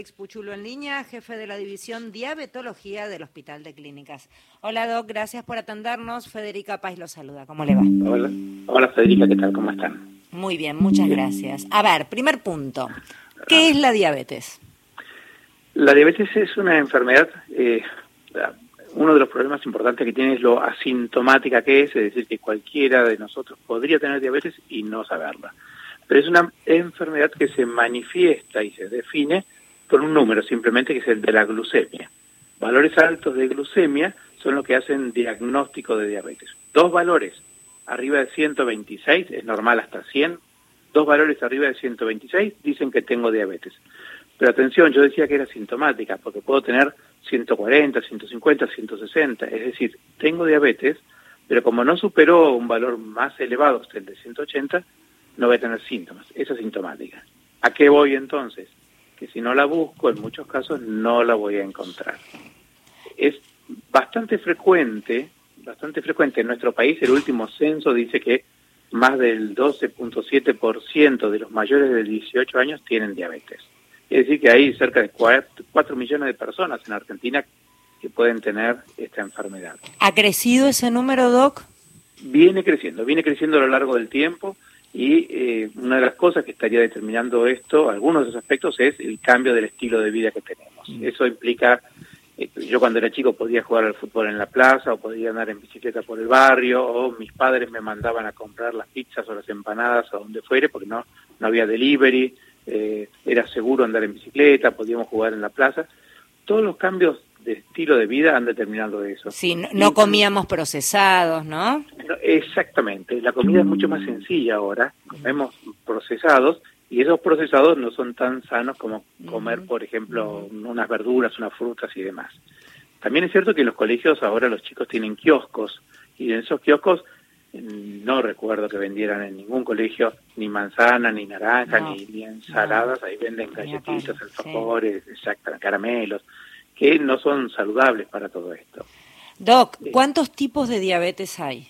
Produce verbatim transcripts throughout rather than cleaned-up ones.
Puchulo en línea, jefe de la división Diabetología del Hospital de Clínicas. Hola Doc, gracias por atendernos. Federica Paz lo saluda. ¿Cómo le va? Hola, hola Federica, ¿qué tal? ¿Cómo están? Muy bien, muchas gracias. A ver, primer punto. ¿Qué es la diabetes? La diabetes es una enfermedad, eh, uno de los problemas importantes que tiene es lo asintomática que es, es decir, que cualquiera de nosotros podría tener diabetes y no saberla. Pero es una enfermedad que se manifiesta y se define por un número simplemente, que es el de la glucemia. Valores altos de glucemia son los que hacen diagnóstico de diabetes. Dos valores arriba de ciento veintiséis, es normal hasta cien, dos valores arriba de ciento veintiséis dicen que tengo diabetes. Pero atención, yo decía que era sintomática, porque puedo tener ciento cuarenta, ciento cincuenta, ciento sesenta, es decir, tengo diabetes, pero como no superó un valor más elevado, el de ciento ochenta, no voy a tener síntomas, esa es sintomática. ¿A qué voy entonces? Que si no la busco, en muchos casos no la voy a encontrar. Es bastante frecuente, bastante frecuente en nuestro país, el último censo dice que más del doce punto siete por ciento de los mayores de dieciocho años tienen diabetes. Es decir, que hay cerca de cuatro millones de personas en Argentina que pueden tener esta enfermedad. ¿Ha crecido ese número, Doc? Viene creciendo, viene creciendo a lo largo del tiempo. Y eh, una de las cosas que estaría determinando esto, algunos de esos aspectos, es el cambio del estilo de vida que tenemos. Mm. Eso implica, eh, yo cuando era chico podía jugar al fútbol en la plaza, o podía andar en bicicleta por el barrio, o mis padres me mandaban a comprar las pizzas o las empanadas a donde fuere, porque no, no había delivery, eh, era seguro andar en bicicleta, podíamos jugar en la plaza. Todos los cambios de estilo de vida han determinado eso. Sí, no, no comíamos procesados, ¿no? No, exactamente, la comida es mucho más sencilla ahora, comemos procesados y esos procesados no son tan sanos como comer, por ejemplo, unas verduras, unas frutas y demás. También es cierto que en los colegios ahora los chicos tienen kioscos y en esos kioscos no recuerdo que vendieran en ningún colegio ni manzana, ni naranja, no, ni, ni ensaladas, no. Ahí venden galletitas, alfajores, sí. Exacto, caramelos, que no son saludables para todo esto. Doc, ¿cuántos tipos de diabetes hay?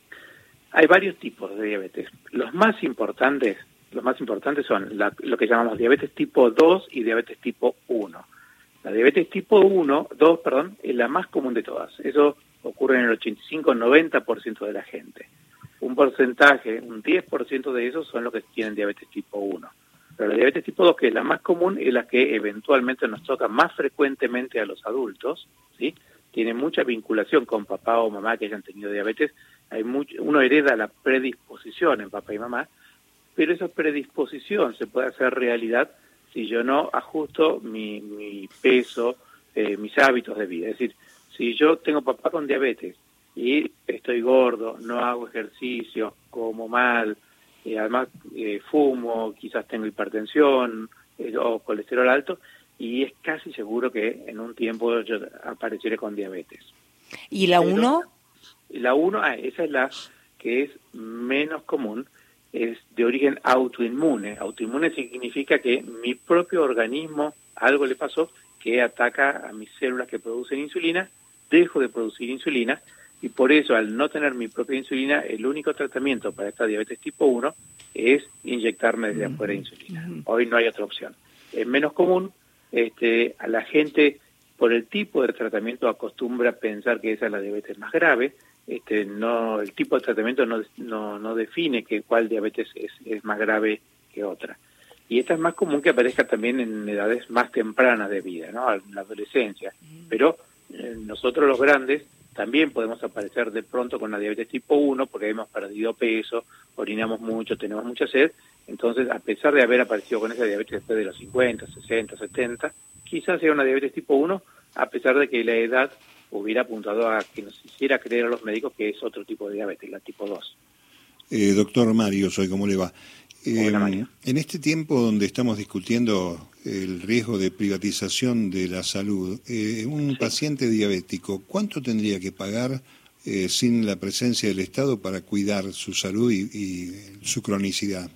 Hay varios tipos de diabetes. Los más importantes, los más importantes son la, lo que llamamos diabetes tipo dos y diabetes tipo uno. La diabetes tipo uno, dos, perdón, es la más común de todas. Eso ocurre en el ochenta y cinco a noventa por ciento de la gente. Un porcentaje, un diez por ciento de esos son los que tienen diabetes tipo uno. Pero la diabetes tipo dos, que es la más común, es la que eventualmente nos toca más frecuentemente a los adultos, ¿sí? Tiene mucha vinculación con papá o mamá que hayan tenido diabetes. Hay mucho, uno hereda la predisposición en papá y mamá, pero esa predisposición se puede hacer realidad si yo no ajusto mi, mi peso, eh, mis hábitos de vida. Es decir, si yo tengo papá con diabetes y estoy gordo, no hago ejercicio, como mal, y además eh, fumo, quizás tengo hipertensión eh, o colesterol alto, y es casi seguro que en un tiempo yo apareceré con diabetes. ¿Y la uno? La uno, ah, esa es la que es menos común, es de origen autoinmune. Autoinmune significa que mi propio organismo, algo le pasó, que ataca a mis células que producen insulina, dejo de producir insulina, y por eso, al no tener mi propia insulina, el único tratamiento para esta diabetes tipo uno es inyectarme desde uh-huh. afuera insulina. Uh-huh. Hoy no hay otra opción. Es menos común, este, a la gente, por el tipo de tratamiento, acostumbra a pensar que esa es la diabetes más grave. Este, no, el tipo de tratamiento no, no, no define que cuál diabetes es, es más grave que otra. Y esta es más común que aparezca también en edades más tempranas de vida, ¿no? En la adolescencia. Pero eh, nosotros los grandes también podemos aparecer de pronto con la diabetes tipo uno porque hemos perdido peso, orinamos mucho, tenemos mucha sed. Entonces, a pesar de haber aparecido con esa diabetes después de los cincuenta, sesenta, setenta, quizás sea una diabetes tipo uno, a pesar de que la edad hubiera apuntado a que nos hiciera creer a los médicos que es otro tipo de diabetes, la tipo dos. Eh, doctor Mario, soy, ¿cómo le va? Eh, Hola, Mario. En este tiempo donde estamos discutiendo el riesgo de privatización de la salud, eh, un sí. paciente diabético, ¿cuánto tendría que pagar eh, sin la presencia del Estado para cuidar su salud y, y su cronicidad?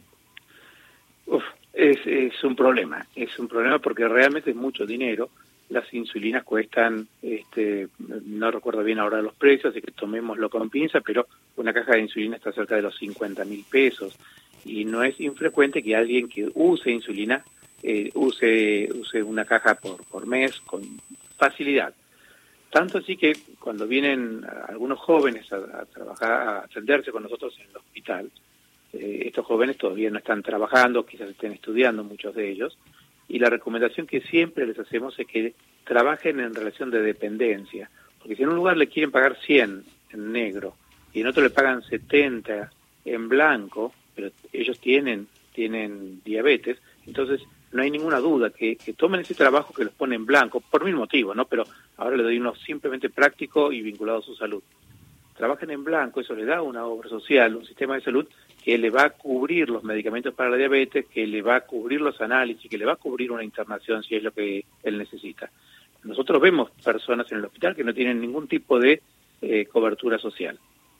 Uf, es, es un problema, es un problema porque realmente es mucho dinero. Las insulinas cuestan, este, no recuerdo bien ahora los precios, así que tomémoslo con pinza, pero una caja de insulina está cerca de los cincuenta mil pesos. Y no es infrecuente que alguien que use insulina eh, use, use una caja por, por mes con facilidad. Tanto así que cuando vienen algunos jóvenes a, a trabajar, a atenderse con nosotros en el hospital, eh, estos jóvenes todavía no están trabajando, quizás estén estudiando muchos de ellos, y la recomendación que siempre les hacemos es que trabajen en relación de dependencia, porque si en un lugar le quieren pagar cien en negro y en otro le pagan setenta en blanco, pero ellos tienen, tienen diabetes, entonces no hay ninguna duda que, que tomen ese trabajo que los pone en blanco, por mil motivos, ¿no? Pero ahora le doy uno simplemente práctico y vinculado a su salud. Trabajen en blanco, eso le da una obra social, un sistema de salud que le va a cubrir los medicamentos para la diabetes, que le va a cubrir los análisis, que le va a cubrir una internación si es lo que él necesita. Nosotros vemos personas en el hospital que no tienen ningún tipo de eh, cobertura social.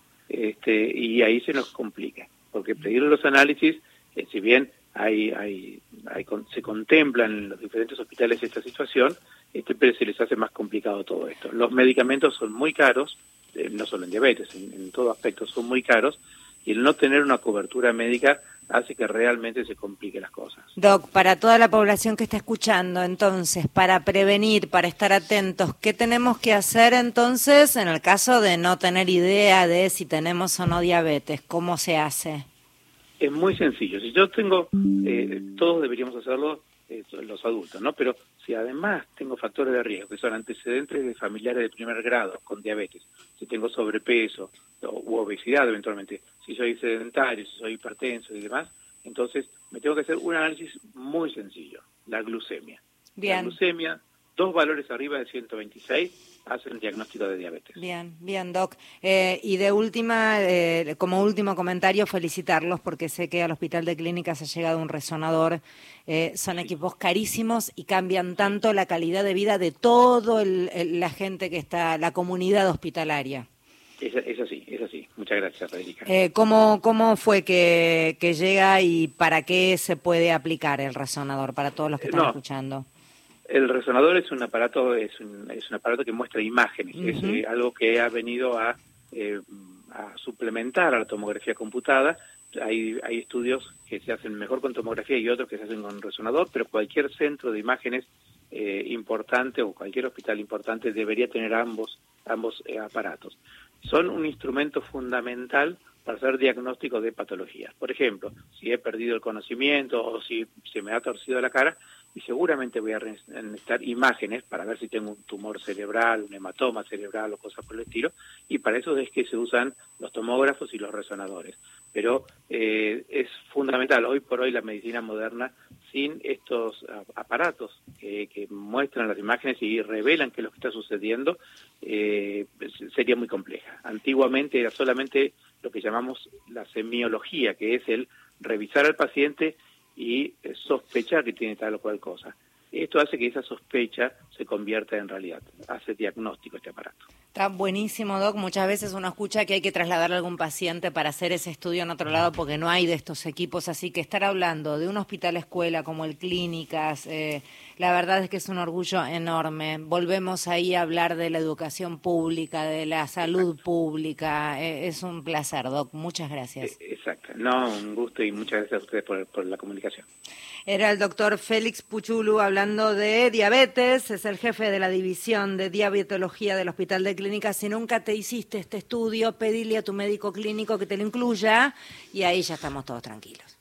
Este, y ahí se nos complica, porque pedir los análisis, eh, si bien hay, hay, hay, se contemplan en los diferentes hospitales esta situación, este, pero se les hace más complicado todo esto. Los medicamentos son muy caros, eh, no solo en diabetes, en, en todo aspecto son muy caros, y el no tener una cobertura médica hace que realmente se compliquen las cosas. Doc, para toda la población que está escuchando, entonces, para prevenir, para estar atentos, ¿qué tenemos que hacer entonces en el caso de no tener idea de si tenemos o no diabetes? ¿Cómo se hace? Es muy sencillo. Si yo tengo, eh, todos deberíamos hacerlo, eh, los adultos, ¿no? Pero si además tengo factores de riesgo, que son antecedentes de familiares de primer grado con diabetes, si tengo sobrepeso u obesidad eventualmente, si soy sedentario, si soy hipertenso y demás, entonces me tengo que hacer un análisis muy sencillo, la glucemia. Bien. La glucemia, dos valores arriba de ciento veintiséis, hacen diagnóstico de diabetes. Bien, bien, Doc. Eh, y de última, eh, como último comentario, felicitarlos porque sé que al Hospital de Clínicas ha llegado un resonador. Eh, son Sí. equipos carísimos y cambian tanto la calidad de vida de todo el, el, la gente que está, la comunidad hospitalaria. Es, es así, es así. Muchas gracias, Federica. Eh, ¿cómo, ¿Cómo fue que, que llega y para qué se puede aplicar el resonador para todos los que están no. escuchando? El resonador es un aparato, es un, es un aparato que muestra imágenes, uh-huh. Es eh, algo que ha venido a, eh, a suplementar a la tomografía computada. Hay, hay estudios que se hacen mejor con tomografía y otros que se hacen con resonador, pero cualquier centro de imágenes eh, importante o cualquier hospital importante debería tener ambos, ambos eh, aparatos. Son un instrumento fundamental para hacer diagnóstico de patologías. Por ejemplo, si he perdido el conocimiento o si se me ha torcido la cara, y seguramente voy a necesitar imágenes para ver si tengo un tumor cerebral, un hematoma cerebral o cosas por el estilo, y para eso es que se usan los tomógrafos y los resonadores. Pero eh, es fundamental, hoy por hoy la medicina moderna, sin estos aparatos que, que muestran las imágenes y revelan qué es lo que está sucediendo, eh, sería muy compleja. Antiguamente era solamente lo que llamamos la semiología, que es el revisar al paciente y sospechar que tiene tal o cual cosa. Esto hace que esa sospecha se convierta en realidad, hace diagnóstico este aparato. Está buenísimo, Doc. Muchas veces uno escucha que hay que trasladarle a algún paciente para hacer ese estudio en otro lado porque no hay de estos equipos, así que estar hablando de un hospital escuela como el Clínicas, eh, la verdad es que es un orgullo enorme. Volvemos ahí a hablar de la educación pública, de la salud pública. Eh, es un placer, Doc. Muchas gracias. Exacto. No, un gusto y muchas gracias a ustedes por, por la comunicación. Era el doctor Félix Puchulu hablando de diabetes, es el jefe de la división de diabetología del Hospital de Clínicas. Si nunca te hiciste este estudio, pedile a tu médico clínico que te lo incluya y ahí ya estamos todos tranquilos.